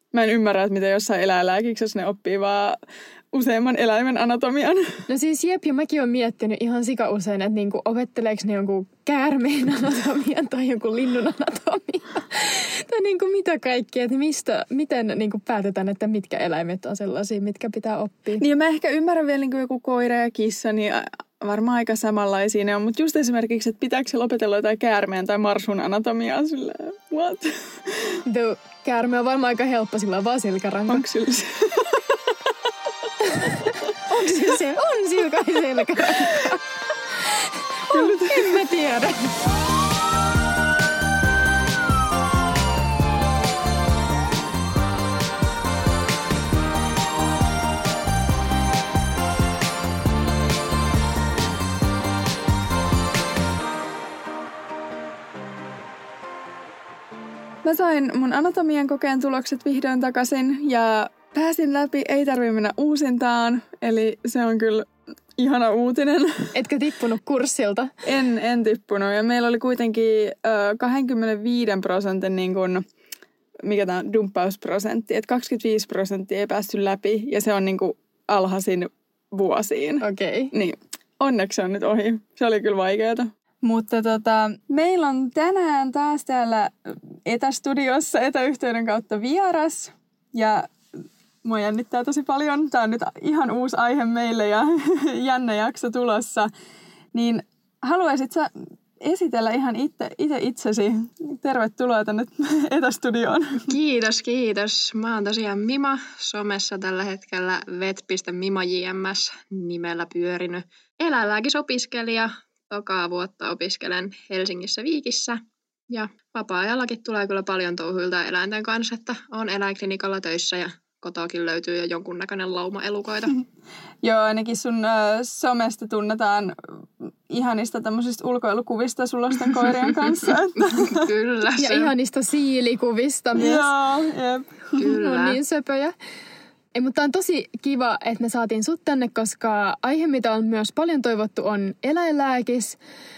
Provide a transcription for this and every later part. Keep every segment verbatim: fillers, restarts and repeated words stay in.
Mä en ymmärrä, että miten jossain eläinlääkiksessä ne oppii vaan useamman eläimen anatomian. No siis jep, ja mäkin olen miettinyt ihan sika usein, että niinku opetteleeko ne jonkun käärmeen anatomian tai jonkun linnun anatomian. Tai niinku mitä kaikkea, että mistä, miten niinku päätetään, että mitkä eläimet on sellaisia, mitkä pitää oppia. Niin ja mä ehkä ymmärrän vielä niinku joku koira ja kissa, niin varmaan aika samanlaisia ne on. Mutta just esimerkiksi, että pitääkö se lopetella jotain käärmeen tai marsun anatomiaa silleen, what? Tuo käärme on varmaan aika helppo, sillä on vaan selkäranka. Onko sillä se? Onko sillä se? On sillä kai selkäranka. Oh, en mä tiedä. Mä sain mun anatomian kokeen tulokset vihdoin takaisin ja pääsin läpi, ei tarvitse mennä uusintaan, eli se on kyllä ihana uutinen. Etkö tippunut kurssilta? En, en tippunut ja meillä oli kuitenkin äh, kaksikymmentäviisi prosentin niin kun, mikä tää on, dumppausprosentti, että kaksikymmentäviisi prosenttia ei päästy läpi ja se on niin kun alhaisin vuosiin. Okei. Okay. Niin, onneksi se on nyt ohi. Se oli kyllä vaikeata. Mutta tota, meillä on tänään taas täällä etästudiossa etäyhteyden kautta vieras ja mua jännittää tosi paljon. Tämä on nyt ihan uusi aihe meille ja jännä jakso tulossa. Niin haluaisit sä esitellä ihan itse, itse itsesi? Tervetuloa tänne etästudioon. Kiitos, kiitos. Mä oon tosiaan Mima, somessa tällä hetkellä vet piste mima j m s nimellä pyörinyt eläinlääkisopiskelija. Tokaa vuotta opiskelen Helsingissä Viikissä ja vapaa-ajallakin tulee kyllä paljon touhuilta eläinten kanssa, että on eläinklinikalla töissä ja kotoakin löytyy jo jonkunnäköinen lauma elukoita. Joo, ainakin sun äh, somesta tunnetaan ihanista tämmöisistä ulkoilukuvista sulosten koirien kanssa. Että. Kyllä. Ja se. ihanista siilikuvista myös. Joo, jep. Kyllä. On niin söpöjä. Ei, mutta on tosi kiva, että me saatiin sut tänne, koska aihe, mitä on myös paljon toivottu, on eläinlääkis.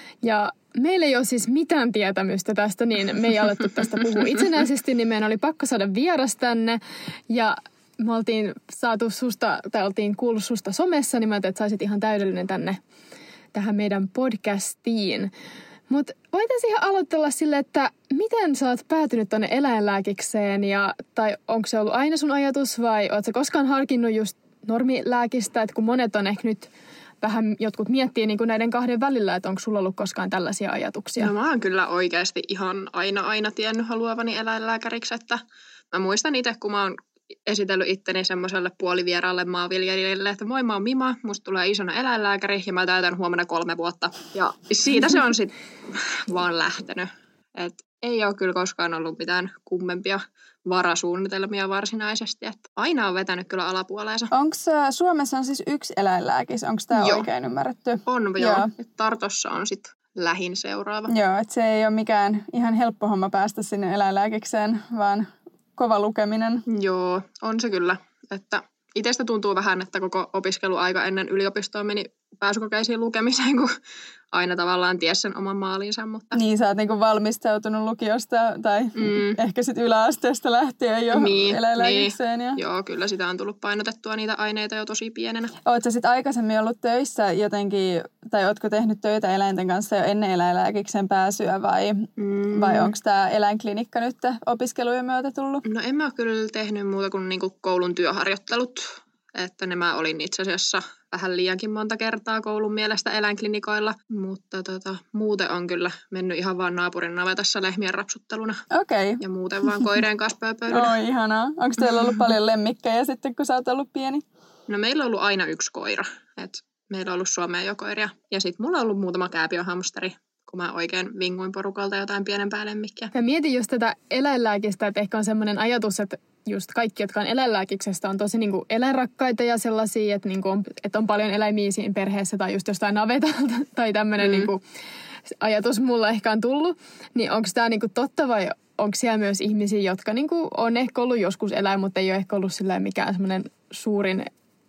Ja meillä ei ole siis mitään tietämystä tästä, niin me ei alettu tästä puhua itsenäisesti, niin meidän oli pakko saada vieras tänne. Ja me oltiin saatu susta, tai oltiin kuullut susta somessa, niin mä ajattelin, että saisit ihan täydellinen tänne tähän meidän podcastiin. Mutta voitaisiin ihan aloitella sille, että miten sä oot päätynyt tonne eläinlääkikseen ja, tai onko se ollut aina sun ajatus vai oot sä koskaan harkinnut just normilääkistä, että kun monet on ehkä nyt vähän jotkut miettii niin kuin näiden kahden välillä, että onko sulla ollut koskaan tällaisia ajatuksia? No mä oon kyllä oikeasti ihan aina aina tiennyt haluavani eläinlääkäriksi, että mä muistan itse, kun mä oon esitellyt itteni semmoiselle puolivieraalle maanviljelijälle, että moi, mä oon Mima, musta tulee isona eläinlääkäri ja mä täytän huomenna kolme vuotta. Ja siitä se on sitten vaan lähtenyt. Et ei ole kyllä koskaan ollut mitään kummempia varasuunnitelmia varsinaisesti. Et aina on vetänyt kyllä alapuoleensa. Onko Suomessa on siis yksi eläinlääkis? Onko tämä oikein ymmärretty? On joo. joo. Tartossa on sitten lähin seuraava. Joo, että se ei ole mikään ihan helppo homma päästä sinne eläinlääkikseen, vaan kova lukeminen. Joo, on se kyllä. Että itsestä tuntuu vähän, että koko opiskeluaika ennen yliopistoa meni pääsykokeisiin lukemiseen, kun aina tavallaan ties sen oman maalinsa. Mutta. Niin, sä oot niinku valmistautunut lukiosta tai mm. ehkä sitten yläasteesta lähtien jo niin, eläinlääkikseen. Niin. Ja. Joo, kyllä sitä on tullut painotettua niitä aineita jo tosi pienenä. Ootko sä sitten aikaisemmin ollut töissä jotenkin, tai ootko tehnyt töitä eläinten kanssa jo ennen eläinlääkikseen pääsyä vai, mm. vai onko tämä eläinklinikka nyt opiskelujen myötä tullut? No en mä ole kyllä tehnyt muuta kuin niinku koulun työharjoittelut. Että ne mä olin itse asiassa vähän liiankin monta kertaa koulun mielestä eläinklinikoilla, mutta tota, muuten on kyllä mennyt ihan vaan naapurin navetassa lehmien rapsutteluna. Okei. Okay. Ja muuten vaan koireen kanssa pöydällä. Oi, ihanaa. Onko teillä ollut paljon lemmikkejä sitten, kun sä oot ollut pieni? No meillä on ollut aina yksi koira. Et meillä on ollut suomeenjokoiria. Ja sitten mulla on ollut muutama kääpiöhamsteri, kun mä oikein vinguin porukalta jotain pienempää lemmikkiä. Mä mietin just tätä eläinlääkistä, että ehkä on semmoinen ajatus, että just kaikki, jotka on eläinlääkiksestä, on tosi niinku eläinrakkaita ja sellaisia, että, niinku on, että on paljon eläimiä siinä perheessä tai just jostain navetalta tai tämmöinen mm. niinku ajatus mulla ehkä on tullut. Niin onko tämä niinku totta vai onko siellä myös ihmisiä, jotka niinku on ehkä ollut joskus eläin, mutta ei ole ehkä ollut mikään semmoinen suurin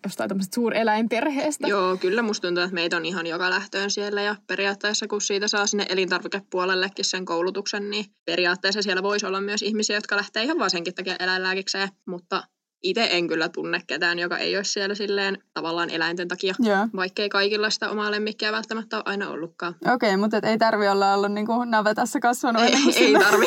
jostain tämmöisestä suureläinperheestä. Joo, kyllä musta tuntuu, että meitä on ihan joka lähtöön siellä ja periaatteessa kun siitä saa sinne elintarvikepuolellekin sen koulutuksen, niin periaatteessa siellä voisi olla myös ihmisiä, jotka lähtee ihan vaan senkin takia eläinlääkikseen, mutta itse en kyllä tunne ketään, joka ei olisi siellä silleen tavallaan eläinten takia, yeah. vaikkei kaikilla sitä omaa lemmikkiä välttämättä ole aina ollutkaan. Okei, okay, mutta ei tarvi olla ollut niin kuin navetassa kasvanut. Ei, ei tarvi.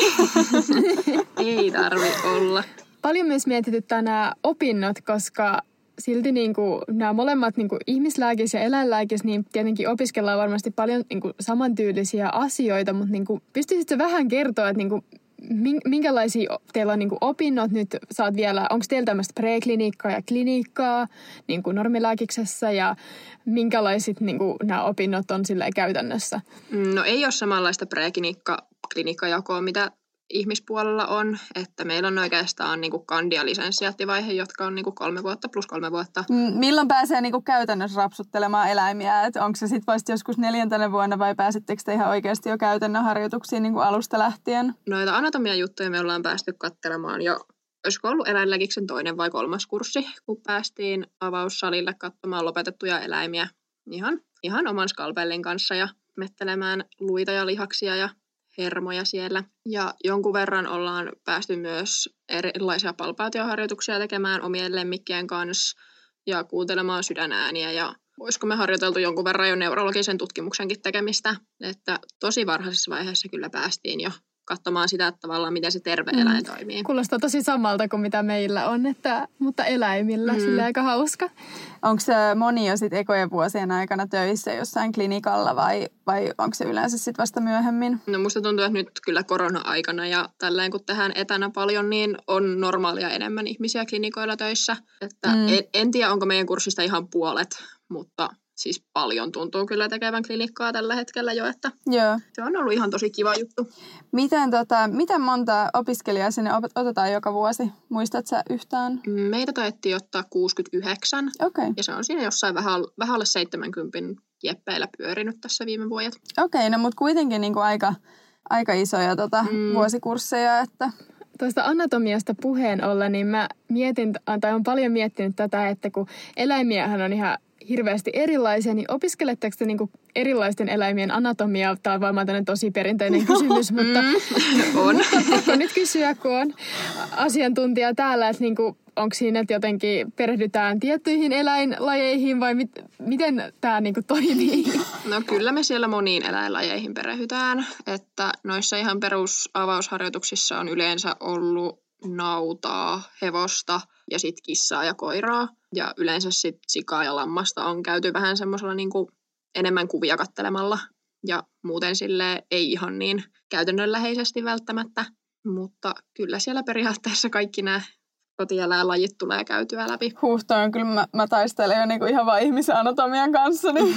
ei tarvi olla. Paljon myös mietityttää nämä opinnot, koska silti niin kuin nämä molemmat niin kuin ihmislääkis ja eläinlääkis, niin tietenkin opiskellaan varmasti paljon niin kuin samantyylisiä asioita, mutta niin kuin, pystyisitkö vähän kertoa, että niin kuin, minkälaisia teillä on niin kuin opinnot nyt? Saat vielä, onko teillä tämmöistä preklinikkaa ja klinikkaa niin kuin normilääkiksessä ja minkälaiset niin kuin nämä opinnot on silleen käytännössä? No ei ole samanlaista preklinikka-klinikkajakoa, mitä ihmispuolella on, että meillä on oikeastaan niin kuin kandi- ja lisenssiaattivaihe, jotka on niin kuin kolme vuotta plus kolme vuotta. Milloin pääsee niin kuin käytännössä rapsuttelemaan eläimiä? Et onko se sitten vasta joskus neljäntenä vuonna vai pääsittekö te ihan oikeasti jo käytännön harjoituksiin niin kuin alusta lähtien? Noita anatomiajuttuja me ollaan päästy katselemaan jo, olisiko ollut eläinlääkiksen toinen vai kolmas kurssi, kun päästiin avaussalille katsomaan lopetettuja eläimiä ihan, ihan oman skalpellin kanssa ja mettelemään luita ja lihaksia ja hermoja siellä. Ja jonkun verran ollaan päästy myös erilaisia palpaatioharjoituksia tekemään omien lemmikkien kanssa ja kuuntelemaan sydänääniä. Ja olisiko me harjoiteltu jonkun verran jo neurologisen tutkimuksenkin tekemistä. Että tosi varhaisessa vaiheessa kyllä päästiin jo katsomaan sitä, että tavallaan miten se terve mm. eläin toimii. Kuulostaa tosi samalta kuin mitä meillä on, että, mutta eläimillä. Mm. Sillä aika hauska. Onko se moni jo sitten ekojen vuosien aikana töissä jossain klinikalla vai, vai onko se yleensä sitten vasta myöhemmin? No musta tuntuu, että nyt kyllä korona-aikana ja tälleen kun tehdään etänä paljon, niin on normaalia enemmän ihmisiä klinikoilla töissä. Että mm. en, en tiedä, onko meidän kurssista ihan puolet, mutta siis paljon tuntuu kyllä tekevän klinikkaa tällä hetkellä jo, että Joo. se on ollut ihan tosi kiva juttu. Miten, tota, miten monta opiskelijaa sinne otetaan joka vuosi? Muistatko sä yhtään? Meitä taidettiin ottaa kuusikymmentäyhdeksän. Okay. Ja se on siinä jossain vähän, vähän alle seitsemänkymmentä jeppeillä pyörinyt tässä viime vuodet. Okei, okay, no mutta kuitenkin niinku aika, aika isoja tota, mm. vuosikursseja, että tuosta anatomiasta puheen ollen, niin mä mietin, tai olen paljon miettinyt tätä, että kun eläimiähän on ihan hirveästi erilaisia, niin opiskeletteko te niinku erilaisten eläimien anatomiaa? Tämä on varmaan tämmöinen tosi perinteinen kysymys, mutta mm, on. Mutta nyt kysyä, kun on asiantuntija täällä, että niinku, onko siinä, että jotenkin perehdytään tiettyihin eläinlajeihin vai mit, miten tämä niinku toimii? No kyllä me siellä moniin eläinlajeihin perehdytään, että noissa ihan perusavausharjoituksissa on yleensä ollut nautaa, hevosta ja sitten kissaa ja koiraa. Ja yleensä sitten sikaa ja lammasta on käyty vähän semmoisella niinku enemmän kuvia kattelemalla. Ja muuten silleen ei ihan niin käytännönläheisesti välttämättä. Mutta kyllä siellä periaatteessa kaikki nämä kotieläinlajit tulee käytyä läpi. Huh, toi on kyllä, mä, mä taistelen jo niinku ihan vaan ihmisen anatomian kanssa. Niin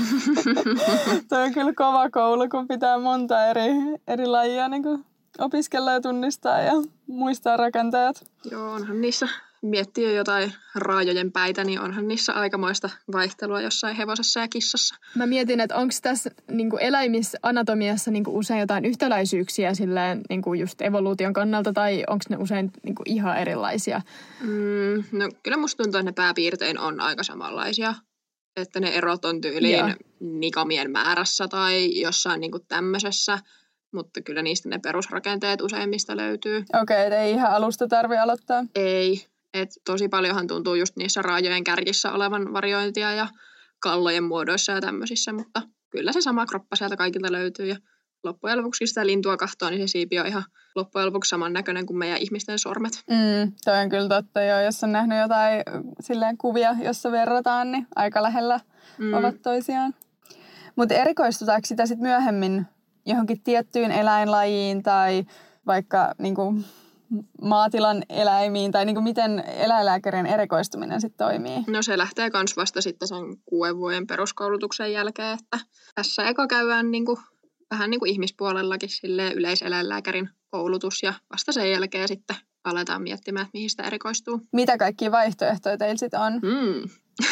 toi on kyllä kova koulu, kun pitää monta eri, eri lajia niinku opiskella ja tunnistaa ja muistaa rakentajat. Joo, onhan niissä, miettii jo jotain raajojen päitä, niin onhan niissä aikamoista vaihtelua jossain hevosessa ja kissassa. Mä mietin, että onko tässä niin kuin eläimissä anatomiassa niin kuin usein jotain yhtäläisyyksiä silleen, niin kuin just evoluution kannalta, tai onko ne usein niin kuin ihan erilaisia? Mm, no kyllä musta tuntuu, että ne pääpiirtein on aika samanlaisia. Että ne erot on tyyliin Joo. nikamien määrässä tai jossain niin kuin tämmöisessä. Mutta kyllä niistä ne perusrakenteet useimmista löytyy. Okei, okay, ei ihan alusta tarvi aloittaa? Ei. Et tosi paljonhan tuntuu just niissä raajojen kärjissä olevan variointia ja kallojen muodoissa ja tämmöisissä, mutta kyllä se sama kroppa sieltä kaikilta löytyy. Ja loppujen lopuksi sitä lintua kahtoo, niin se siipi on ihan loppujen lopuksi samannäköinen kuin meidän ihmisten sormet. Mm, toi on kyllä totta jo. Jos on nähnyt jotain silleen kuvia, jossa verrataan, niin aika lähellä mm. ovat toisiaan. Mutta erikoistutaanko sitä sitten myöhemmin johonkin tiettyyn eläinlajiin tai vaikka niin kuin maatilan eläimiin tai niin kuin miten eläinlääkärin erikoistuminen sitten toimii? No se lähtee kans vasta sitten sen kuuden vuoden peruskoulutuksen jälkeen, että tässä eka käydään niin kuin, vähän niin kuin ihmispuolellakin silleen yleiseläinlääkärin koulutus ja vasta sen jälkeen sitten aletaan miettimään, että mihin sitä erikoistuu. Mitä kaikkia vaihtoehtoja teillä sitten on? Mm.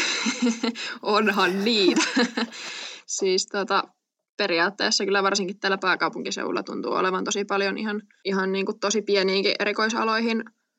Onhan niitä. Siis tota... Periaatteessa kyllä varsinkin täällä pääkaupunkiseudulla tuntuu olevan tosi paljon ihan, ihan niin kuin tosi pieniinkin erikoisaloihin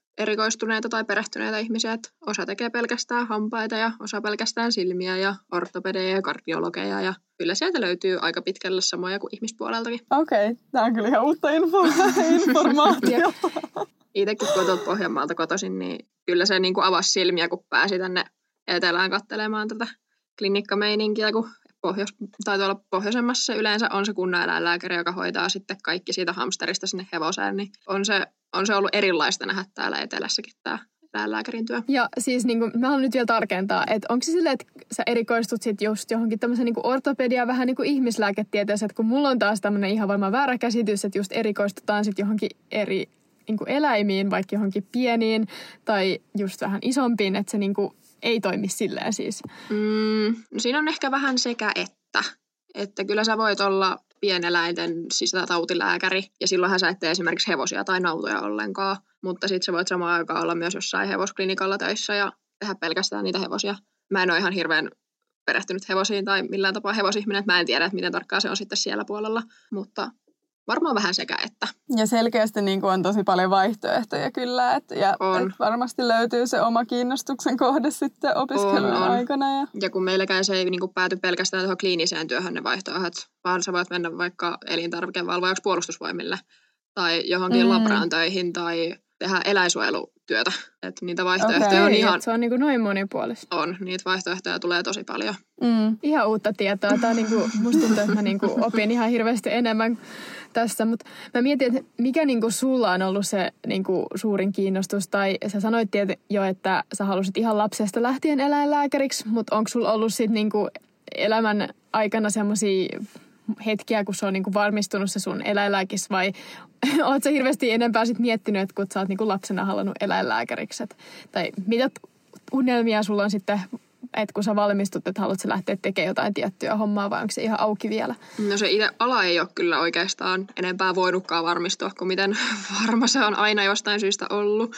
erikoistuneita tai perehtyneitä ihmisiä. Että osa tekee pelkästään hampaita ja osa pelkästään silmiä ja ortopedeja ja kardiologeja. Ja kyllä sieltä löytyy aika pitkälle samoja kuin ihmispuoleltakin. Okei, okay. Tämä on kyllä ihan uutta info- informaatiota. Itsekin kun tuolta Pohjanmaalta kotoisin, niin kyllä se niin kuin avasi silmiä, kun pääsi tänne etelään katselemaan tätä klinikkameininkiä, kun pohjois, tai tuolla pohjoisemmassa yleensä on se kunnaneläinlääkäri, joka hoitaa sitten kaikki siitä hamsterista sinne hevoseen, niin on se, on se ollut erilaista nähdä täällä etelässäkin tämä eläinlääkärin työ. Ja siis niin kuin, mä haluan nyt vielä tarkentaa, että onko se silleen, että sä erikoistut sitten just johonkin tämmöisen niin kuin ortopediaan vähän niin kuin ihmislääketieteessä, että kun mulla on taas tämmöinen ihan varmaan väärä käsitys, että just erikoistutaan sitten johonkin eri niin kuin eläimiin, vaikka johonkin pieniin tai just vähän isompiin, että se niin kuin ei toimi silleen siis. Mm, no siinä on ehkä vähän sekä että. Että kyllä sä voit olla pieneläinten sisätautilääkäri ja silloinhan sä et tee esimerkiksi hevosia tai nautoja ollenkaan. Mutta sitten sä voit samaan aikaan olla myös jossain hevosklinikalla töissä ja tehdä pelkästään niitä hevosia. Mä en ole ihan hirveän perehtynyt hevosiin tai millään tapaa hevosihminen, että mä en tiedä, että miten tarkkaan se on sitten siellä puolella. Mutta varmaan vähän sekä että. Ja selkeästi niin kuin on tosi paljon vaihtoehtoja kyllä. Et, ja et varmasti löytyy se oma kiinnostuksen kohde sitten opiskelun on, on. aikana. Ja, ja kun meilläkään se ei niin kuin pääty pelkästään tuohon kliiniseen työhön ne vaihtoehdot, vaan sä voit mennä vaikka elintarvikevalvojaksi puolustusvoimille tai johonkin mm. labraan töihin tai tehdä eläinsuojelutyötä. Että niitä vaihtoehtoja okay, on ihan... Se on niin kuin noin monipuolista. On, niitä vaihtoehtoja tulee tosi paljon. Mm. Ihan uutta tietoa. Tämä on niin kuin, musta tuntuu, että mä niin kuin opin ihan hirveästi enemmän tässä, mutta mä mietin, että mikä niin kuin sulla on ollut se niin kuin suurin kiinnostus, tai sä sanoit jo, että sä halusit ihan lapsesta lähtien eläinlääkäriksi, mutta onko sulla ollut sit niin kuin elämän aikana semmoisia hetkiä, kun se on niin kuin varmistunut se sun eläinlääkis, vai oot sä hirveästi enempää sit miettinyt, että kun sä oot niin kuin lapsena halunnut eläinlääkäriksi, et, tai mitä unelmia sulla on sitten, että kun sä valmistut, että haluat sä lähteä tekemään jotain tiettyä hommaa, vai onko se ihan auki vielä? No se itse ala ei ole kyllä oikeastaan enempää voinutkaan varmistua, kuin miten varma se on aina jostain syystä ollut.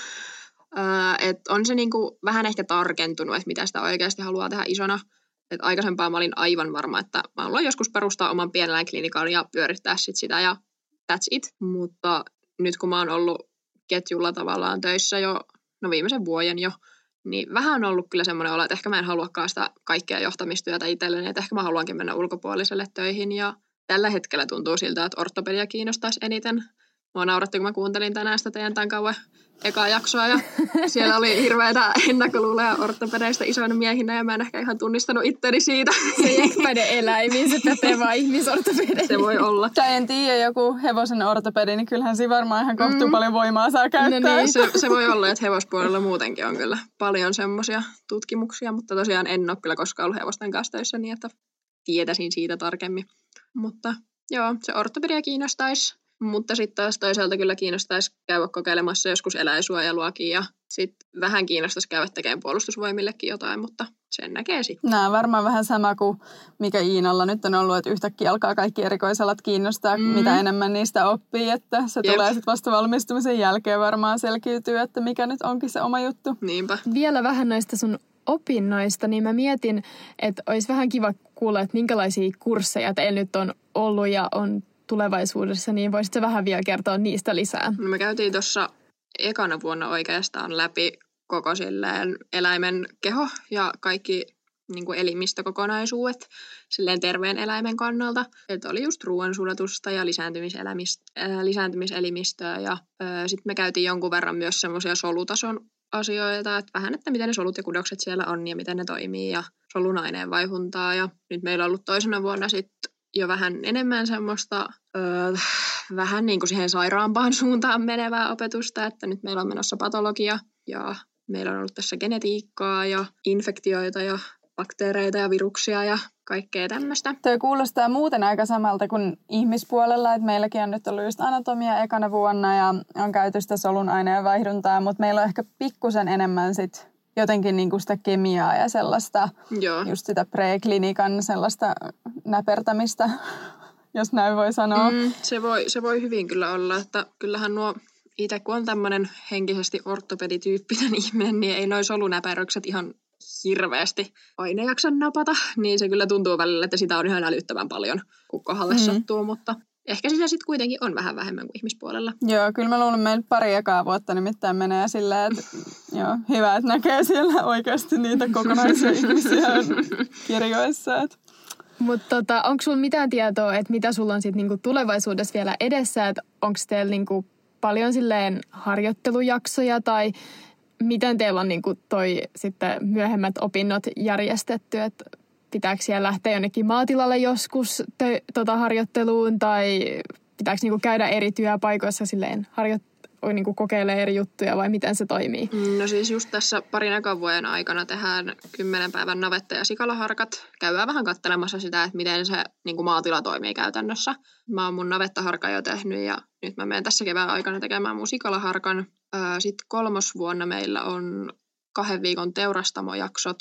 Öö, et on se niinku vähän ehkä tarkentunut, että mitä sitä oikeasti haluaa tehdä isona. Et aikaisempaan mä olin aivan varma, että mä haluan joskus perustaa oman pieneläinklinikan ja pyörittää sit sitä ja that's it. Mutta nyt kun mä oon ollut ketjulla tavallaan töissä jo, no viimeisen vuoden jo, niin vähän on ollut kyllä semmoinen olo, että ehkä mä en haluakaan sitä kaikkea johtamistyötä itselleni, että ehkä mä haluankin mennä ulkopuoliselle töihin. Ja tällä hetkellä tuntuu siltä, että ortopedia kiinnostaisi eniten. Mua nauratti, kun mä kuuntelin tänään sitä teidän tämän kauan ekaa jaksoa ja siellä oli hirveätä ennakkoluuloja ortopedeistä isoina miehinä ja mä en ehkä ihan tunnistanut itteni siitä. Se ei ehkä päde eläimiin, se pätee vaan ihmisortopedeihin. Se voi olla. Tai en tiedä, joku hevosen ortopedi, niin kyllähän siinä varmaan ihan kohtuu mm. paljon voimaa saa käyttää. No niin. se, se voi olla, että hevospuolella muutenkin on kyllä paljon semmoisia tutkimuksia, mutta tosiaan en ole kyllä koskaan ollut hevosten kanssa töissä niin, että tietäisin siitä tarkemmin. Mutta joo, se ortopedia kiinnostaisi. Mutta sitten taas toisaalta kyllä kiinnostaisi käydä kokeilemassa joskus eläinsuojeluakin ja sitten vähän kiinnostaisi käydä tekemään puolustusvoimillekin jotain, mutta sen näkee sitten. Nämä on varmaan vähän sama kuin mikä Iinalla nyt on ollut, että yhtäkkiä alkaa kaikki erikoisalat kiinnostaa, mm. mitä enemmän niistä oppii, että se Jep. tulee sitten vasta valmistumisen jälkeen varmaan selkiytyy, että mikä nyt onkin se oma juttu. Niinpä. Vielä vähän noista sun opinnoista, niin mä mietin, että olisi vähän kiva kuulla, että minkälaisia kursseja teillä nyt on ollut ja on tulevaisuudessa, niin voisitko vähän vielä kertoa niistä lisää? No me käytiin tuossa ekana vuonna oikeastaan läpi koko silleen eläimen keho ja kaikki niin kuin elimistökokonaisuudet silleen terveen eläimen kannalta. Että oli just ruoansulatusta ja äh, lisääntymiselimistöä ja äh, sitten me käytiin jonkun verran myös semmoisia solutason asioita, että vähän, että miten ne solut ja kudokset siellä on ja miten ne toimii ja solun aineenvaihuntaa ja nyt meillä on ollut toisena vuonna sitten jo vähän enemmän semmoista öö, vähän niin kuin siihen sairaampaan suuntaan menevää opetusta, että nyt meillä on menossa patologia ja meillä on ollut tässä genetiikkaa ja infektioita ja bakteereita ja viruksia ja kaikkea tämmöistä. Tuo kuulostaa muuten aika samalta kuin ihmispuolella, että meilläkin on nyt ollut just anatomia ekana vuonna ja on käyty sitä solun aineenvaihduntaa, mutta meillä on ehkä pikkusen enemmän sit jotenkin niinku sitä kemiaa ja sellaista, Joo. just sitä preklinikan sellaista näpertämistä, jos näin voi sanoa. Mm, se, voi, se voi hyvin kyllä olla, että kyllähän nuo, itse kun on tämmöinen henkisesti ortopedityyppinen ihminen, niin ei noi solunäperrykset ihan hirveästi aina jaksa napata, niin se kyllä tuntuu välillä, että sitä on ihan älyttömän paljon, kun kohdalle mm. sattuu, mutta ehkä siinä sitten kuitenkin on vähän vähemmän kuin ihmispuolella. Joo, kyllä mä luulen, että meillä pari ekaa vuotta nimittäin menee silleen, että joo, hyvä, että näkee siellä oikeasti niitä kokonaisia ihmisiä kirjoissa. Että. Mutta tota, onko sulla mitään tietoa, että mitä sulla on sit niinku tulevaisuudessa vielä edessä? Että onko teillä niinku paljon silleen harjoittelujaksoja tai miten teillä on niinku toi sitten myöhemmät opinnot järjestetty? Että pitääkö siellä lähteä jonnekin maatilalle joskus tö- tota harjoitteluun tai pitääkö niinku käydä eri työpaikoissa silleen harjoitteluun? Voi niinku kokeilee eri juttuja vai miten se toimii? No siis just tässä parin ekan vuoden aikana tehdään kymmenen päivän navetta- ja sikalaharkat. Käydään vähän katselemassa sitä, että miten se niinku maatila toimii käytännössä. Mä oon mun navettaharkan jo tehnyt ja nyt mä menen tässä kevään aikana tekemään mun sikalaharkan. Sitten kolmosvuonna meillä on kahden viikon teurastamojaksot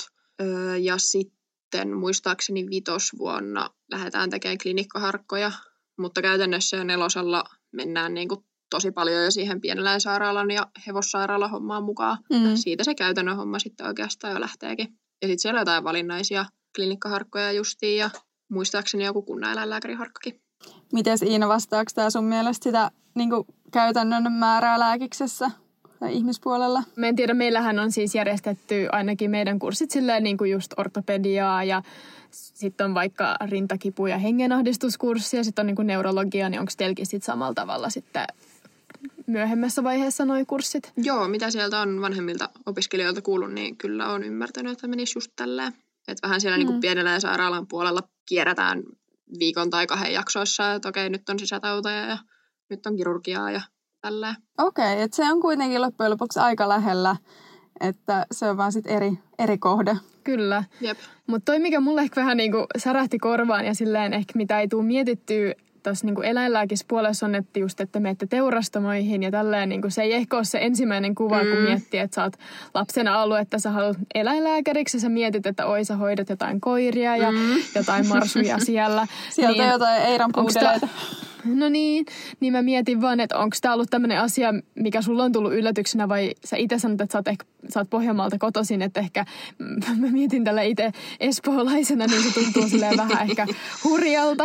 ja sitten muistaakseni vitosvuonna lähdetään tekemään klinikkaharkkoja. Mutta käytännössä jo nelosella mennään niinku tosi paljon jo siihen pieneläinsairaalan ja hevossairaalan hommaan mukaan. Mm. Siitä se käytännön homma sitten oikeastaan jo lähteekin. Ja sitten siellä on jotain valinnaisia klinikkaharkkoja justiin ja muistaakseni joku kunnaneläinlääkäriharkkakin. Mites Iina, vastaako tämä sun mielestä sitä niin kuin käytännön määrää lääkiksessä tai ihmispuolella? Mä en tiedä, meillähän on siis järjestetty ainakin meidän kurssit silleen niin kuin just ortopediaa ja sitten on vaikka rintakipu- ja hengenahdistuskurssi ja sitten on niin kuin neurologia, niin onko teilläkin sitten samalla tavalla sitten myöhemmässä vaiheessa nuo kurssit? Joo, mitä sieltä on vanhemmilta opiskelijoilta kuullut, niin kyllä on ymmärtänyt, että menisi just tälleen. Että vähän siellä mm. niin kuin pienellä sairaalan puolella kierrätään viikon tai kahden jaksoissa, että okei, nyt on sisätauteja ja nyt on kirurgiaa ja tälleen. Okei, että se on kuitenkin loppujen lopuksi aika lähellä, että se on vaan sitten eri, eri kohde. Kyllä. Jep. Mutta toi, mikä mulle ehkä vähän niinku särähti korvaan ja silleen ehkä mitä ei tule mietittyä tuossa niinku eläinlääkispuolessa on, että just, että menette teurastamoihin ja tälleen, niinku, se ei ehkä ole se ensimmäinen kuva, mm. kun miettii, että sä oot lapsena ollut, että sä haluat eläinlääkäriksi ja sä mietit, että oi sä hoidat jotain koiria ja mm. jotain marsuja siellä. Sieltä niin, jotain Eiran puudeleita. No niin, niin mä mietin vaan, että onko tämä ollut tämmöinen asia, mikä sulla on tullut yllätyksenä vai sä itse sanot, että sä oot, ehkä, sä oot Pohjanmaalta kotoisin, että ehkä mä mietin tällä itse espoolaisena, niin se tuntuu silleen vähän ehkä hurjalta.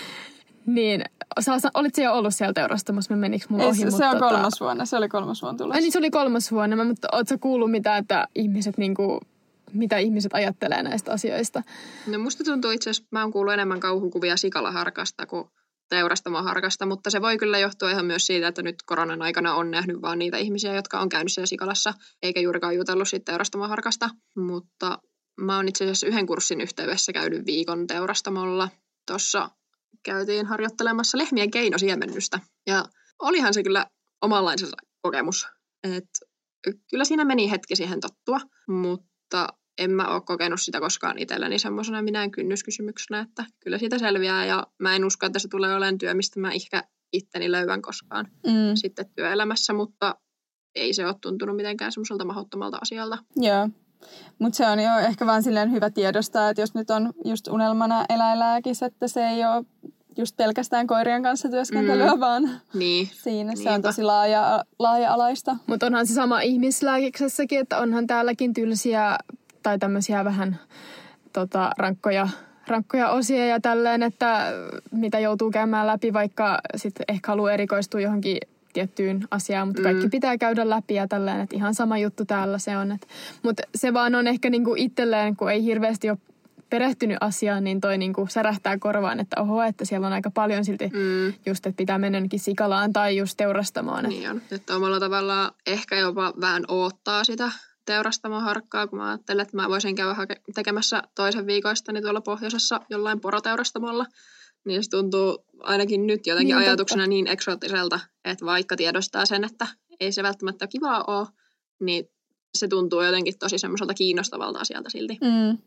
Niin, sä olit se jo ollut siellä teurastamassa, mä menikö mulla ohi? Se, mutta se on tota... kolmas vuonna, se oli kolmas vuonna tulossa. Ai niin, se oli kolmas vuonna, mutta oot sä kuullut mitä, että ihmiset niinku, mitä ihmiset ajattelee näistä asioista? No musta tuntuu itse asiassa, mä oon kuullut enemmän kauhukuvia sikalaharkasta kuin teurastamoharkasta, mutta se voi kyllä johtua ihan myös siitä, että nyt koronan aikana on nähnyt vaan niitä ihmisiä, jotka on käynyt siellä sikalassa, eikä juurikaan jutellut siitä teurastamoharkasta. Mutta mä oon itse asiassa yhden kurssin yhteydessä käynyt viikon teurastamolla. Tuossa käytiin harjoittelemassa lehmien keinosiemennystä ja olihan se kyllä omanlaisensa kokemus. Et kyllä siinä meni hetki siihen tottua, mutta en mä ole kokenut sitä koskaan itselleni semmoisena minään kynnyskysymyksenä, että kyllä siitä selviää ja mä en usko, että se tulee olemaan työ, mistä mä ehkä itteni löydän koskaan mm. sitten työelämässä, mutta ei se ole tuntunut mitenkään semmoiselta mahdottomalta asialta. Joo, mutta se on jo ehkä vaan silleen hyvä tiedostaa, että jos nyt on just unelmana eläinlääkis, että se ei ole just pelkästään koirien kanssa työskentelyä, mm. vaan niin. siinä Niinpä. Se on tosi laaja, laaja-alaista. Mutta onhan se sama ihmislääkiksessäkin, että onhan täälläkin tylsiä tai tämmöisiä vähän tota, rankkoja, rankkoja osia ja tälleen, että mitä joutuu käymään läpi, vaikka sitten ehkä haluaa erikoistua johonkin tiettyyn asiaan, mutta kaikki mm. pitää käydä läpi ja tälleen, että ihan sama juttu täällä se on. Mutta se vaan on ehkä niinku itselleen, kun ei hirveästi ole perehtynyt asiaan, niin toi niinku särähtää korvaan, että oho, että siellä on aika paljon silti mm. just, että pitää mennä jonnekin sikalaan tai just teurastamaan. Niin on, että omalla tavallaan ehkä jopa vähän oottaa sitä teurastamoharkkaa, kun mä ajattelen, että mä voisin käydä hake- tekemässä toisen viikoistani tuolla pohjoisessa jollain poroteurastamolla, niin se tuntuu ainakin nyt jotenkin niin, ajatuksena totta. Niin eksoottiselta, että vaikka tiedostaa sen, että ei se välttämättä kivaa ole, niin se tuntuu jotenkin tosi semmoiselta kiinnostavalta asialta silti. Mm.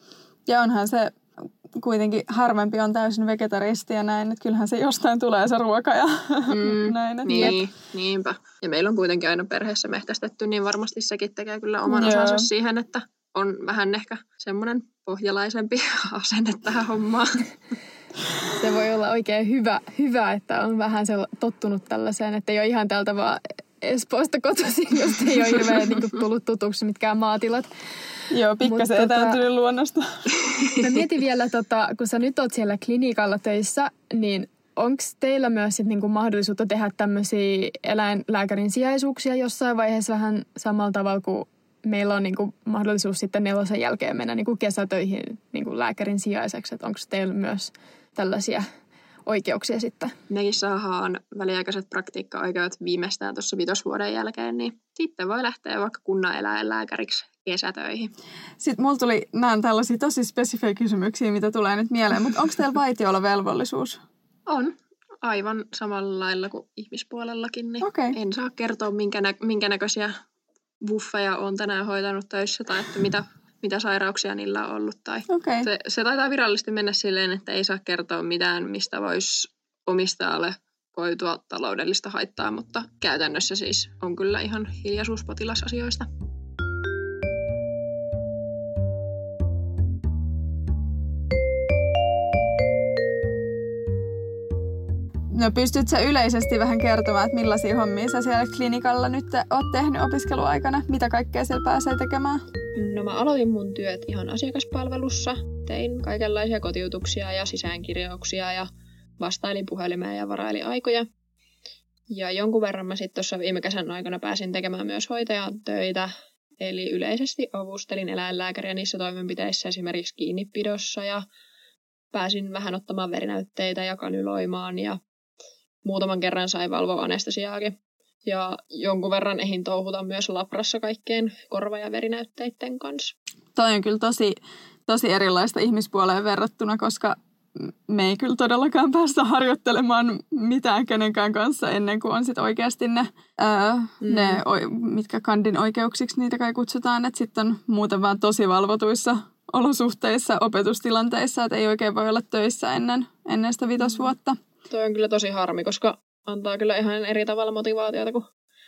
Ja onhan se kuitenkin harvempi on täysin vegetaristi ja näin, että kyllähän se jostain tulee se ruoka ja mm, näin. Että niin, niinpä. Ja meillä on kuitenkin aina perheessä metsästetty, niin varmasti sekin tekee kyllä oman Joo. osansa siihen, että on vähän ehkä semmoinen pohjalaisempi asenne tähän hommaan. Se voi olla oikein hyvä, hyvä, että on vähän se tottunut tällaiseen, että ei ole ihan täältä vaan Espoosta kotoisin, jos ei ole hirveän niin kuin tullut tutuksi mitkään maatilat. Joo, pikkasen etääntynyt tota, luonnosta. Mä mietin vielä, tota, kun sä nyt oot siellä klinikalla töissä, niin onko teillä myös sit niinku mahdollisuutta tehdä tämmöisiä eläinlääkärin sijaisuuksia jossain vaiheessa vähän samalla tavalla kuin meillä on niinku mahdollisuus sitten nelosen jälkeen mennä niinku kesätöihin niinku lääkärin sijaiseksi? Onko teillä myös tällaisia oikeuksia sitten? Mekin saadaan väliaikaiset praktiikka-oikeudet viimeistään tuossa vitosvuoden jälkeen, niin sitten voi lähteä vaikka kunnan eläinlääkäriksi kesätöihin. Sitten mulla tuli, nämä tällaisia tosi spesifejä kysymyksiä, mitä tulee nyt mieleen, mutta onko teillä vaitiolovelvollisuus? On. Aivan samalla lailla kuin ihmispuolellakin, niin okay. En saa kertoa, minkä, nä- minkä näköisiä buffeja on tänään hoitanut töissä tai että mitä, mitä sairauksia niillä on ollut. Tai okay. se, se taitaa virallisesti mennä silleen, että ei saa kertoa mitään, mistä voisi omistajalle koitua taloudellista haittaa, mutta käytännössä siis on kyllä ihan hiljaisuus potilasasioista. No pystyt sä yleisesti vähän kertomaan, että millaisia hommia sä siellä klinikalla nyt oot tehnyt opiskeluaikana? Mitä kaikkea siellä pääsee tekemään? No mä aloitin mun työt ihan asiakaspalvelussa. Tein kaikenlaisia kotiutuksia ja sisäänkirjauksia ja vastailin puhelimeen ja varailin aikoja. Ja jonkun verran mä sitten tuossa viime kesän aikana pääsin tekemään myös hoitajan töitä. Eli yleisesti avustelin eläinlääkäriä niissä toimenpiteissä, esimerkiksi kiinnipidossa ja pääsin vähän ottamaan verinäytteitä ja kanyloimaan ja muutaman kerran sai valvoa anestesiaakin. Ja jonkun verran ehin touhuta myös labrassa kaikkeen korva- ja verinäytteiden kanssa. Toi on kyllä tosi, tosi erilaista ihmispuoleen verrattuna, koska me ei kyllä todellakaan päästä harjoittelemaan mitään kenenkään kanssa ennen kuin on sit oikeasti ne, ää, mm. ne, mitkä kandin oikeuksiksi niitä kai kutsutaan. Että sitten on muuten vaan tosi valvotuissa olosuhteissa, opetustilanteissa, että ei oikein voi olla töissä ennen, ennen sitä vitosvuotta. Toi on kyllä tosi harmi, koska antaa kyllä ihan eri tavalla motivaatiota, kun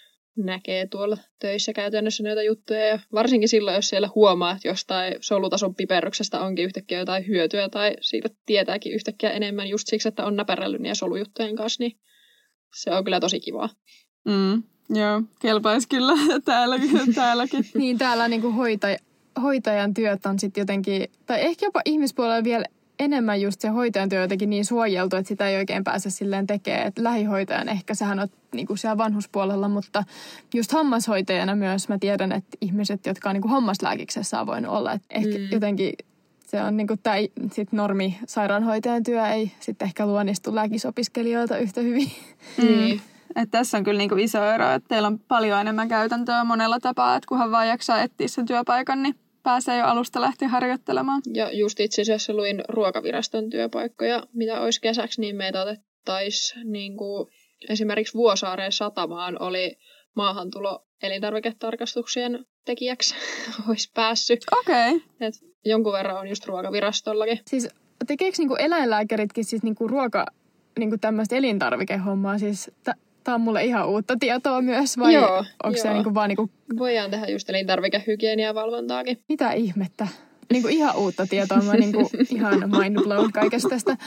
näkee tuolla töissä käytännössä näitä juttuja. Ja varsinkin silloin, jos siellä huomaa, että jostain solutason piperryksestä onkin yhtäkkiä jotain hyötyä tai siitä tietääkin yhtäkkiä enemmän just siksi, että on näpärällyt niiden solujuttujen kanssa, niin se on kyllä tosi kivaa. Mm, joo, kelpaisi kyllä täälläkin. täälläkin. Niin, täällä niinku hoitaja, hoitajan työt on sitten jotenkin, tai ehkä jopa ihmispuolella vielä enemmän just se hoitajan työ jotenkin niin suojeltu, että sitä ei oikein pääse silleen tekemään. Että lähihoitajan ehkä sähän oot niinku siellä vanhuspuolella, mutta just hammashoitajana myös mä tiedän, että ihmiset, jotka on niinku hammaslääkiksessä on voinut olla. Että ehkä mm. jotenkin se on niinku tämä sit normi sairaanhoitajan työ ei sitten ehkä luonnistu lääkisopiskelijoilta yhtä hyvin. Mm. Että tässä on kyllä niinku iso ero, että teillä on paljon enemmän käytäntöä monella tapaa, että kunhan vaan jaksaa etsiä sen työpaikan, niin pääsee jo alusta lähtien harjoittelemaan. Ja just itse asiassa luin Ruokaviraston työpaikkoja, mitä olisi kesäksi, niin meitä otettaisiin niin kuin esimerkiksi Vuosaareen satamaan oli maahantulo elintarviketarkastuksien tekijäksi olisi päässyt. Okei. Okay. Jonkun verran on just Ruokavirastollakin. Siis tekeekö niinku eläinlääkäritkin siis niinku ruoka, niinku tämmöistä elintarvikehommaa? Siis t- Tämä on mulle ihan uutta tietoa myös, vai joo, onko joo. se niinku vaan niinku... Voidaan tehdä just elintarvikehygieniaa valvontaakin. Mitä ihmettä? Niinku ihan uutta tietoa, mä niinku ihan mind blown kaikesta tästä.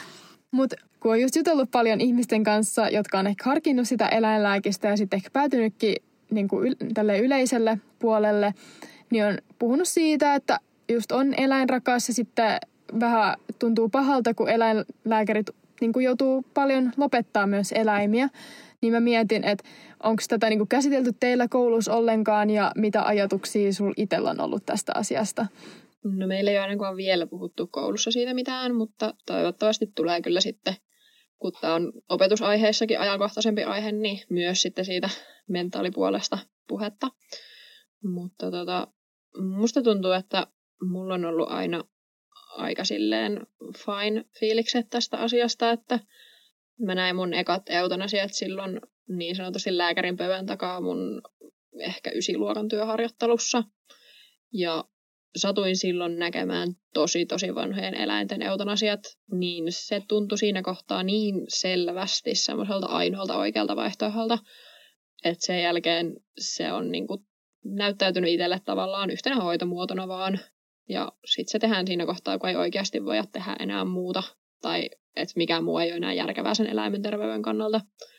Mutta kun on just jutellut paljon ihmisten kanssa, jotka on ehkä harkinnut sitä eläinlääkistä ja sitten ehkä päätynytkin niinku yl- tälle yleiselle puolelle, niin on puhunut siitä, että just on eläinrakas ja sitten vähän tuntuu pahalta, kun eläinlääkärit niinku joutuu paljon lopettaa myös eläimiä. Niin mä mietin, että onko tätä niinku käsitelty teillä koulussa ollenkaan ja mitä ajatuksia sul itsellä on ollut tästä asiasta? No meillä ei ole ainakaan vielä puhuttu koulussa siitä mitään, mutta toivottavasti tulee kyllä sitten, kun tämä on opetusaiheessakin ajankohtaisempi aihe, niin myös sitten siitä mentaalipuolesta puhetta. Mutta tota, musta tuntuu, että mulla on ollut aina aika silleen fine fiilikset tästä asiasta, että mä näin mun ekat eutanasiat silloin niin sanotusti lääkärin pöydän takaa mun ehkä ysiluokan työharjoittelussa. Ja satuin silloin näkemään tosi tosi vanhojen eläinten eutanasiat, niin se tuntui siinä kohtaa niin selvästi semmoiselta ainoalta oikealta vaihtoehdolta, että sen jälkeen se on niinku näyttäytynyt itselle tavallaan yhtenä hoitomuotona vaan. Ja sitten se tehdään siinä kohtaa, kun ei oikeasti voida tehdä enää muuta. Tai että mikään muu ei ole enää järkevää sen eläimen terveyden kannalta.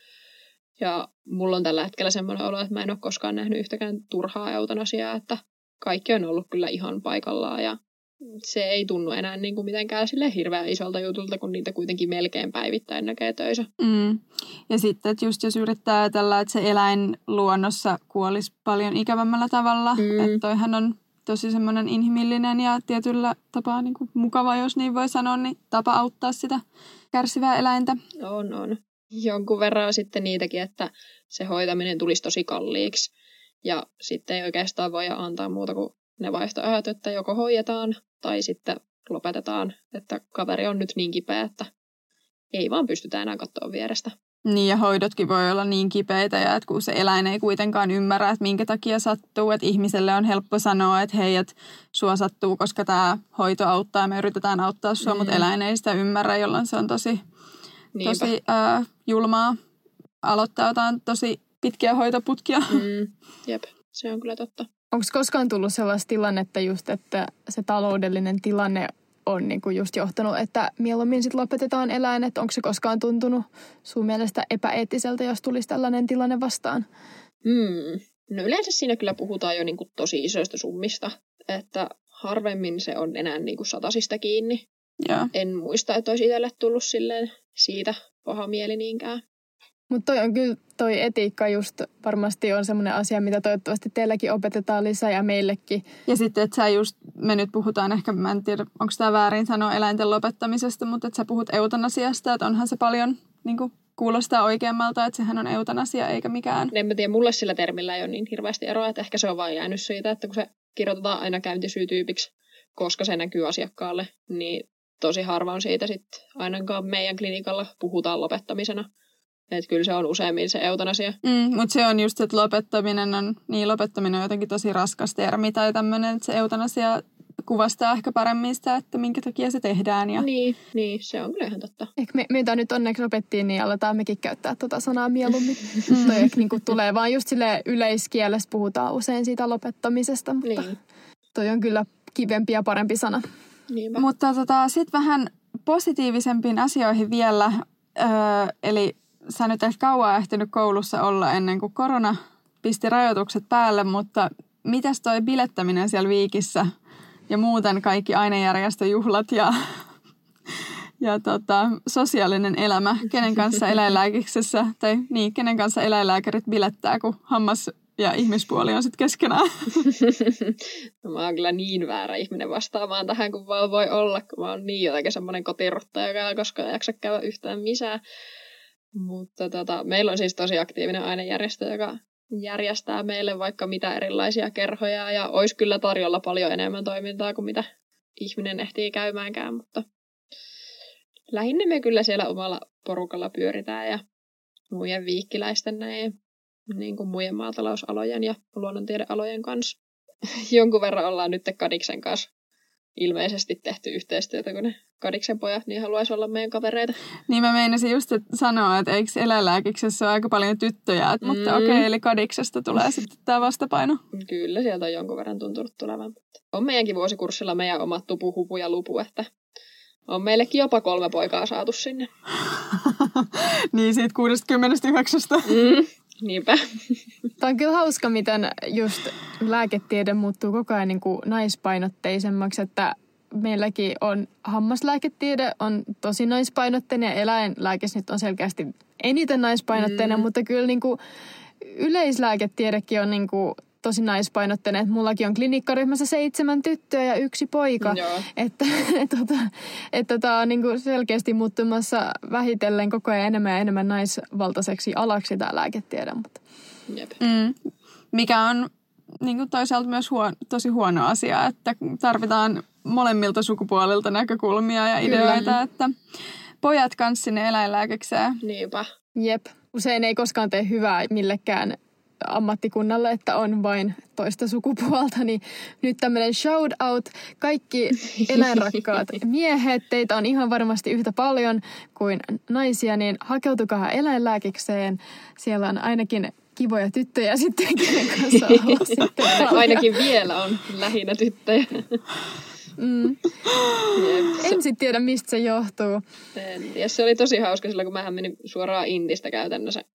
Ja mulla on tällä hetkellä semmoinen olo, että mä en ole koskaan nähnyt yhtäkään turhaa eutanasiaa, että kaikki on ollut kyllä ihan paikallaan ja se ei tunnu enää niin kuin mitenkään sille hirveän isolta jutulta, kun niitä kuitenkin melkein päivittäin näkee töissä. Mm. Ja sitten, että just jos yrittää ajatella, että se eläin luonnossa kuolisi paljon ikävämmällä tavalla, mm. että toihan on tosi semmoinen inhimillinen ja tietyllä tapaa niin kuin mukava, jos niin voi sanoa, niin tapa auttaa sitä kärsivää eläintä. On, on. Jonkun verran sitten niitäkin, että se hoitaminen tulisi tosi kalliiksi. Ja sitten ei oikeastaan voi antaa muuta kuin ne vaihtoehdot, että joko hoidetaan tai sitten lopetetaan, että kaveri on nyt niin kipeä, että ei vaan pystytä enää katsoa vierestä. Niin ja hoidotkin voi olla niin kipeitä ja että kun se eläin ei kuitenkaan ymmärrä, että minkä takia sattuu, että ihmiselle on helppo sanoa, että hei, että sua sattuu, koska tämä hoito auttaa ja me yritetään auttaa sua, mm. mutta eläin ei sitä ymmärrä, jolloin se on tosi, tosi äh, julmaa aloittaa jotain tosi pitkiä hoitoputkia. Mm. Jep, se on kyllä totta. Onko koskaan tullut sellaista tilannetta just, että se taloudellinen tilanne on niinku just johtanut, että mieluummin sit lopetetaan eläin, että onko se koskaan tuntunut sun mielestä epäeettiseltä, jos tulisi tällainen tilanne vastaan? Mm. No yleensä siinä kyllä puhutaan jo niinku tosi isoista summista, että harvemmin se on enää niinku satasista kiinni. Yeah. En muista, että olisi itselle tullut silleen siitä paha mieli niinkään. Mutta toi on kyllä, toi etiikka just varmasti on semmoinen asia, mitä toivottavasti teilläkin opetetaan lisää ja meillekin. Ja sitten, että sä just, me nyt puhutaan ehkä, mä en tiedä, onko tämä väärin sanoa eläinten lopettamisesta, mutta että sä puhut eutanasiasta, että onhan se paljon, niin kuin kuulostaa oikeammalta, että sehän on eutanasia eikä mikään. En mä tiedä, mulle sillä termillä ei ole niin hirveästi eroa, että ehkä se on vaan jäänyt siitä, että kun se kirjoitetaan aina käyntisyytyypiksi, koska se näkyy asiakkaalle, niin tosi harva on siitä sitten ainakaan meidän klinikalla puhutaan lopettamisena. Että kyllä se on useammin se eutanasia. Mm, mutta se on just, että lopettaminen on, niin lopettaminen on jotenkin tosi raskas termi tai tämmöinen, että se eutanasia kuvastaa ehkä paremmin sitä, että minkä takia se tehdään. Ja... Niin, niin, se on kyllä ihan totta. Ehkä me, meitä nyt onneksi opettiin, niin aletaan mekin käyttää tuota sanaa mieluummin. Mm. Toi ehkä niin kuin tulee vaan just sille yleiskielessä puhutaan usein siitä lopettamisesta, mutta niin. Toi on kyllä kivempi ja parempi sana. Niinpä. Mutta tota, sitten vähän positiivisempiin asioihin vielä, öö, eli sä nyt ehkä kauan ehtinyt koulussa olla ennen kuin korona pisti rajoitukset päälle, mutta mitäs toi bilettäminen siellä Viikissä ja muuten kaikki ainejärjestöjuhlat ja, ja tota, sosiaalinen elämä, kenen kanssa eläinlääkiksessä, tai niin, kenen kanssa eläinlääkärit bilettää, kun hammas ja ihmispuoli on sitten keskenään? No, mä oon kyllä niin väärä ihminen vastaamaan tähän, kun vaan voi olla, kun mä oon niin jotenkin semmoinen kotirottaja, joka ei koskaan jaksa käydä yhtään missään. Mutta tota, meillä on siis tosi aktiivinen ainejärjestö, joka järjestää meille vaikka mitä erilaisia kerhoja ja olisi kyllä tarjolla paljon enemmän toimintaa kuin mitä ihminen ehtii käymäänkään, mutta lähinnä me kyllä siellä omalla porukalla pyöritään ja muiden viikkiläisten näin, niin kuin muiden maatalousalojen ja luonnontiedealojen kanssa. Jonkun verran ollaan nyt Kadiksen kanssa ilmeisesti tehty yhteistyötä, kun ne Kadiksen pojat niin haluaisi olla meidän kavereita. Niin mä meinasin just että sanoa, että eikö eläinlääkiksessä ole aika paljon tyttöjä, että, mm. mutta okei, okay, eli Kadiksesta tulee sitten tämä vastapaino. Kyllä, sieltä on jonkun verran tuntunut tulevan. On meidänkin vuosikurssilla meidän omat tupu, hupu ja lupu, että on meillekin jopa kolme poikaa saatu sinne. Niin, siitä kuudestakymmenestäyhdeksästä. Mm. Niinpä. Tämä on kyllä hauska, miten just lääketiede muuttuu koko ajan niin kuin naispainotteisemmaksi, että meilläkin on hammaslääketiede on tosi naispainotteinen ja eläinlääkis nyt on selkeästi eniten naispainotteinen, mm. mutta kyllä niin kuin yleislääketiedekin on niin kuin tosi naispainotteinen. Että mullakin on klinikkaryhmässä seitsemän tyttöä ja yksi poika. Joo. Että tota, että tämä on niin kuin selkeästi muuttumassa vähitellen koko ajan enemmän ja enemmän naisvaltaiseksi alaksi tämä lääketiede. Mutta. Jep. Mm. Mikä on niin kuin toisaalta myös huono, tosi huono asia, että tarvitaan molemmilta sukupuolilta näkökulmia ja ideoita, Kyllä. että pojat kanssa sinne eläinlääkikseen. Niinpä. Jep. Usein ei koskaan tee hyvää millekään ammattikunnalle, että on vain toista sukupuolta, niin nyt tämmöinen shout out. Kaikki eläinrakkaat miehet, teitä on ihan varmasti yhtä paljon kuin naisia, niin hakeutukaa eläinlääkikseen. Siellä on ainakin kivoja tyttöjä sitten, kenen kanssa olla sitten. Ainakin vielä on lähinnä tyttöjä. Mm. En sitten tiedä, mistä se johtuu. En tiedä. Se oli tosi hauska sillä, kun mähän menin suoraan Indistä käytännössä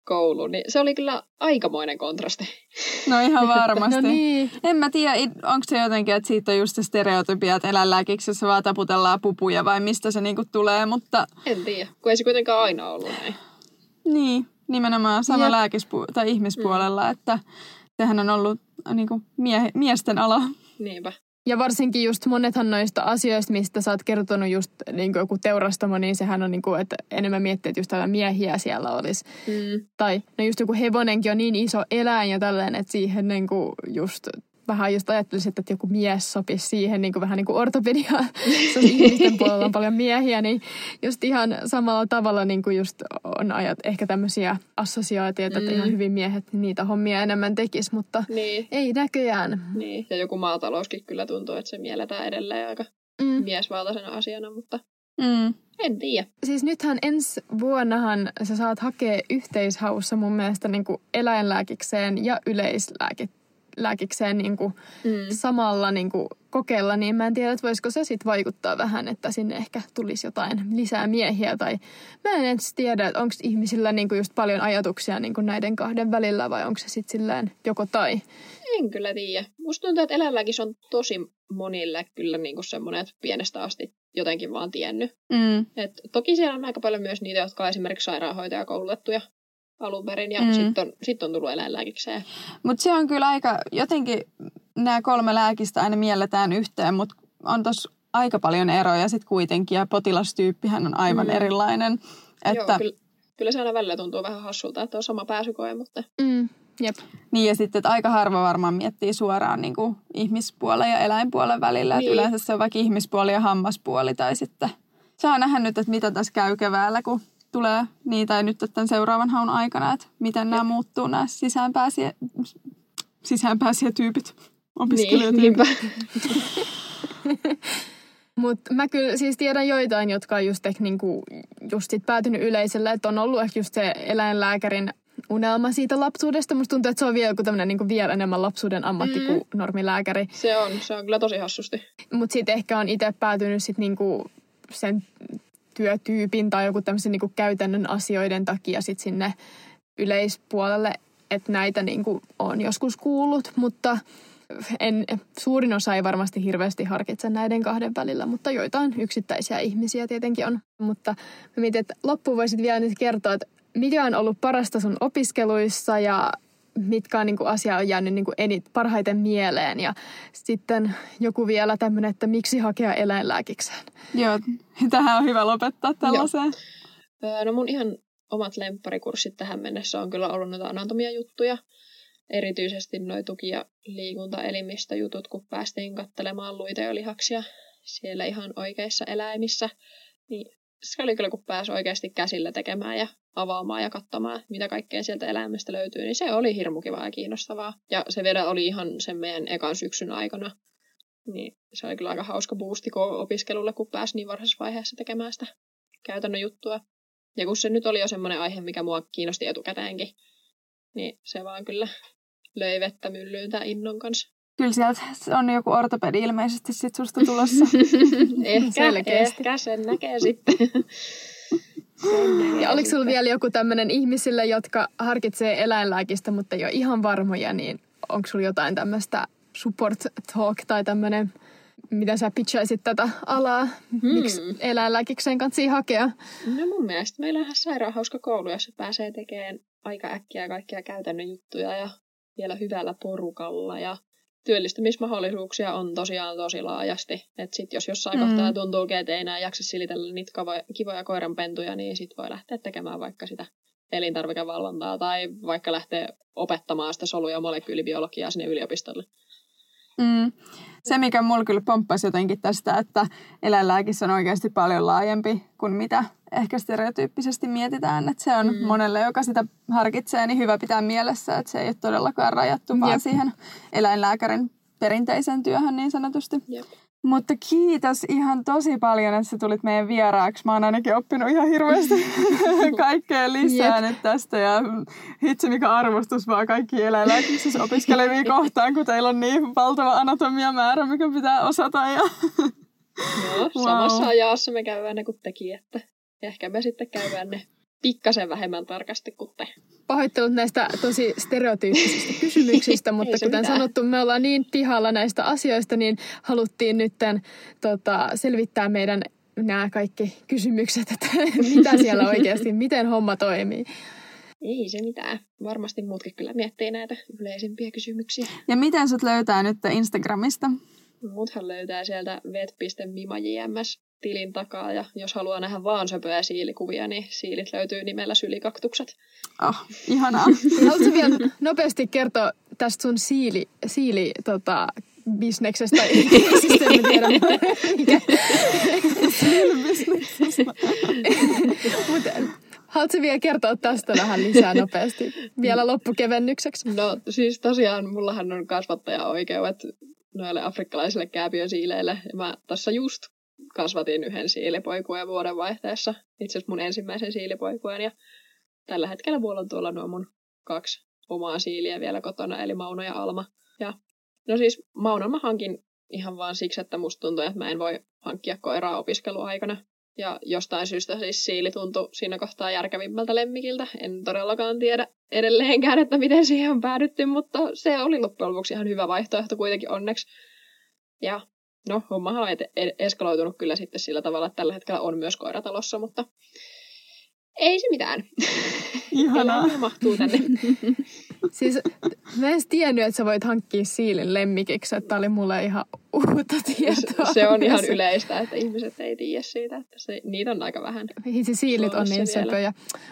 kouluun, niin se oli kyllä aikamoinen kontrasti. No ihan varmasti. No niin. En mä tiedä, onko se jotenkin, että siitä on just se stereotypia, että eläinlääkiksessä vaan taputellaan pupuja vai mistä se niinku tulee, mutta... En tiedä, kun ei se kuitenkaan aina ollut näin. Niin, nimenomaan sama Jep. lääkispu- tai ihmispuolella, mm. että sehän on ollut niinku mie- miesten ala. Niinpä. Ja varsinkin just monethan noista asioista, mistä sä oot kertonut just niin kuin joku teurastamo, niin sehän on niin kuin, että enemmän miettii, että just täällä miehiä siellä olisi. Mm. Tai no just joku hevonenkin on niin iso eläin ja tällainen, että siihen niin kuin just vähän just ajattelisit, että joku mies sopisi siihen niin kuin vähän niin kuin ortopediaan. Se on ihmisten puolella on paljon miehiä, niin just ihan samalla tavalla niin kuin just on ajat ehkä tämmöisiä assosiaatioita, että Mm. ihan hyvin miehet niitä hommia enemmän tekis, mutta Niin. ei näköjään. Niin. Ja joku maatalouskin kyllä tuntuu, että se mielletään edelleen aika Mm. miesvaltaisena asiana, mutta Mm. en tiedä. Siis nythän ensi vuonnahan sä saat hakea yhteishaussa mun mielestä niin kuin eläinlääkikseen ja yleislääkikseen niin kuin Mm. samalla niin kuin kokeilla, niin mä en tiedä, että voisiko se sitten vaikuttaa vähän, että sinne ehkä tulisi jotain lisää miehiä. Tai mä en edes tiedä, että onko ihmisillä niin kuin just paljon ajatuksia niin kuin näiden kahden välillä vai onko se sitten silleen joko tai. En kyllä tiedä. Musta tuntuu, että eläinlääkis on tosi monille kyllä niinku semmoinen, että pienestä asti jotenkin vaan tiennyt. Mm. Et toki siellä on aika paljon myös niitä, jotka on esimerkiksi sairaanhoitajakoulutettuja alun perin, ja Mm. sitten on, sit on tullut eläinlääkikseen. Mutta se on kyllä aika, jotenkin nämä kolme lääkistä aina mielletään yhteen, mutta on tossa aika paljon eroja sitten kuitenkin, ja potilastyyppihän on aivan Mm. erilainen. Että, Joo, kyllä, kyllä se aina välillä tuntuu vähän hassulta, että on sama pääsykoe, mutta... Mm, jep. niin ja sitten, että aika harva varmaan miettii suoraan niin kuin ihmispuolen ja eläinpuolen välillä. Niin. Että yleensä se on vaikka ihmispuoli ja hammaspuoli, tai sitten saa nähdä nyt, että mitä tässä käy keväällä, kun tulee niitä, tai nyt tämän seuraavan haun aikana, että miten nämä muuttuu, nämä sisäänpääsiä, sisäänpääsijätyypit, opiskelijatyypit. Niin, Mutta mä kyllä siis tiedän joitain, jotka on just, ehkä niinku, just sit päätynyt yleisölle, että on ollut ehkä just se eläinlääkärin unelma siitä lapsuudesta. Musta tuntuu, että se on vielä joku tämmöinen niinku vielä enemmän lapsuuden ammatti Mm. kuin normilääkäri. Se on, se on kyllä tosi hassusti. Mutta sitten ehkä on itse päätynyt sit niinku sen työtyypin tai joku tämmöisen niinku käytännön asioiden takia sit sinne yleispuolelle, että näitä niinku on joskus kuullut, mutta en, suurin osa ei varmasti hirveästi harkitse näiden kahden välillä, mutta joitain yksittäisiä ihmisiä tietenkin on. Mutta mä mietin, että loppuun voisit vielä nyt kertoa, että mikä on ollut parasta sun opiskeluissa ja mitkä on, niin kuin, asia on jäänyt niin kuin enit, parhaiten mieleen. Ja sitten joku vielä tämmöinen, että miksi hakea eläinlääkikseen. Joo, tähän on hyvä lopettaa tällaiseen. Öö, no mun ihan omat lempparikurssit tähän mennessä on kyllä ollut noita anatomia-juttuja. Erityisesti noi tuki- ja liikuntaelimistä jutut, kun päästiin katselemaan luita ja lihaksia siellä ihan oikeissa eläimissä. Niin se oli kyllä, kun pääsi oikeasti käsillä tekemään ja avaamaan ja katsomaan, mitä kaikkea sieltä eläimestä löytyy, niin se oli hirmu kivaa ja kiinnostavaa. Ja se vielä oli ihan sen meidän ekan syksyn aikana. Niin se oli kyllä aika hauska boosti opiskelulle, kun pääsi niin varhaisessa vaiheessa tekemään sitä käytännön juttua. Ja kun se nyt oli jo semmoinen aihe, mikä mua kiinnosti etukäteenkin, niin se vaan kyllä löi vettä myllyyn tämän innon kanssa. Kyllä sieltä on joku ortopedi ilmeisesti sit susta tulossa. ehkä, Selkeästi. ehkä sen näkee sitten. Sen näkee Ja oliko sulla sitten. vielä joku tämmöinen ihmisille, jotka harkitsee eläinlääkistä, mutta ei ole ihan varmoja, niin onko sulla jotain tämmöistä support talk tai tämmöinen, mitä sä pitchaisit tätä alaa, Hmm. miksi eläinlääkikseen kansi hakea? No mun mielestä meillä on ihan sairaan hauska koulu, jossa pääsee tekemään aika äkkiä kaikkia käytännön juttuja ja vielä hyvällä porukalla. Ja työllistymismahdollisuuksia on tosiaan tosi laajasti. Että sit jos jossain Mm. kohtaa tuntuu, että ei enää jaksa silitellä niitä kavo- kivoja koiranpentuja, niin sit voi lähteä tekemään vaikka sitä elintarvikevalvontaa tai vaikka lähteä opettamaan sitä solu- ja molekyylibiologiaa sinne yliopistolle. Mm. Se, mikä mulla kyllä pomppasi jotenkin tästä, että eläinlääkissä on oikeasti paljon laajempi kuin mitä ehkä stereotyyppisesti mietitään. Että se on Mm. monelle, joka sitä harkitsee, niin hyvä pitää mielessä, että se ei ole todellakaan rajattu, vaan Jep. siihen eläinlääkärin perinteiseen työhön niin sanotusti. Jep. Mutta kiitos ihan tosi paljon, että sä tulit meidän vieraaksi. Mä oon ainakin oppinut ihan hirveästi kaikkea lisää nyt tästä. Ja hitsi mikä arvostus vaan kaikki eläinlääkiksessä opiskelevia kohtaan, kun teillä on niin valtava anatomiamäärä, mikä pitää osata. Ja... Joo, Wow. samassa ajassa me käydään ne kuin teki, että ehkä me sitten käydään ne pikkasen vähemmän tarkasti kuin te. Pahoittelut näistä tosi stereotyyppisistä kysymyksistä, mutta kuten mitään. sanottu, me ollaan niin pihalla näistä asioista, niin haluttiin nyt tota, selvittää meidän nämä kaikki kysymykset, että mitä siellä oikeasti, miten homma toimii. Ei se mitään. Varmasti muutkin kyllä miettii näitä yleisimpiä kysymyksiä. Ja miten sut löytää nyt Instagramista? Muthan löytää sieltä vet piste mimajms tilin takaa, ja jos haluaa nähdä vaan söpöjä siilikuvia, niin siilit löytyy nimellä sylikaktukset. Oh, ihanaa. Haluatko vielä nopeasti kertoa tästä sun siili, siili tota, bisneksestä? Siis en tiedä, mikä. Siilibisneksestä. Mutta haluatko vielä kertoa tästä vähän lisää nopeasti? Vielä loppukevennykseksi. No siis tosiaan, mullahan on kasvattajaoikeudet noille afrikkalaisille kääpiösiileille. Ja mä tässä just kasvatin yhden siilipoikueen vuodenvaihteessa. Itse asiassa mun ensimmäisen siilipoikueen. Ja tällä hetkellä mulla on tuolla nuo mun kaksi omaa siiliä vielä kotona, eli Mauno ja Alma. Ja no siis Maunon mä hankin ihan vaan siksi, että musta tuntuu, että mä en voi hankkia koiraa opiskeluaikana. Ja jostain syystä siis siili tuntui siinä kohtaa järkevimmältä lemmikiltä. En todellakaan tiedä edelleenkään, että miten siihen on päädytty, mutta se oli loppujen lopuksi ihan hyvä vaihtoehto kuitenkin onneksi. Ja no, hommahan on eskaloitunut kyllä sitten sillä tavalla, että tällä hetkellä on myös koiratalossa, mutta ei se mitään. Ihanaa. Elämä mahtuu tänne. Siis mä en tiennyt, että sä voit hankkia siilin lemmikiksi, että tää oli mulle ihan uutta tietoa. Se, se on ihan yleistä, että ihmiset ei tiedä siitä, että se, niitä on aika vähän. Hitsi, siilit on niin söpöjä.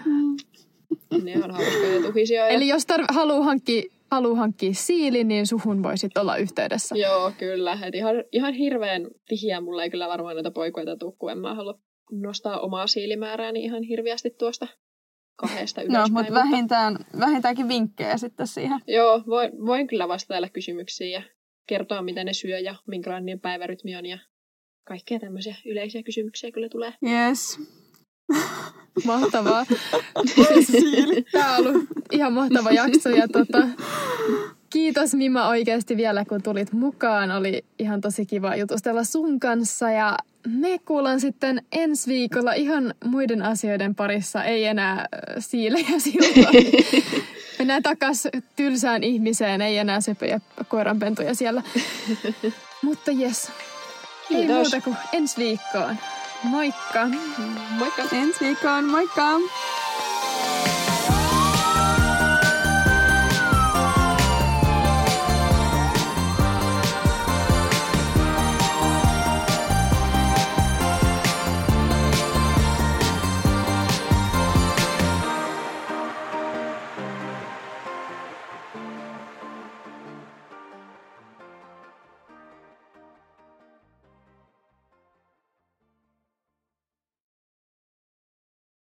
Ne on hauskoja tuhisioja. Eli jos tar- haluaa hankkia, haluu hankkia siilin, niin suhun voisit olla yhteydessä. Joo, kyllä. Et ihan, ihan hirveän tihiä mulla ei kyllä varmaan noita poikoita tule, kun en mä halua nostaa omaa siilimäärääni ihan hirveästi tuosta kahdesta ylöspäin. No, mutta vähintään, vähintäänkin vinkkejä sitten siihen. Joo, voin, voin kyllä vastailla kysymyksiin ja kertoa, mitä ne syö ja minkälainen päivärytmi on ja kaikkea tämmöisiä yleisiä kysymyksiä kyllä tulee. Yes. Mahtavaa. Tämä on ollut ihan mahtava jakso ja tota, kiitos Mima oikeasti vielä, kun tulit mukaan. Oli ihan tosi kiva jutustella sun kanssa ja me kuullaan sitten ensi viikolla ihan muiden asioiden parissa. Ei enää siilejä silloin. Mennään takas tylsään ihmiseen. Ei enää söpöjä koiranpentuja siellä. Mutta jes. Ei muuta kuin ensi viikkoon. Moikka. Moikka. Ensi viikkoon. Moikka.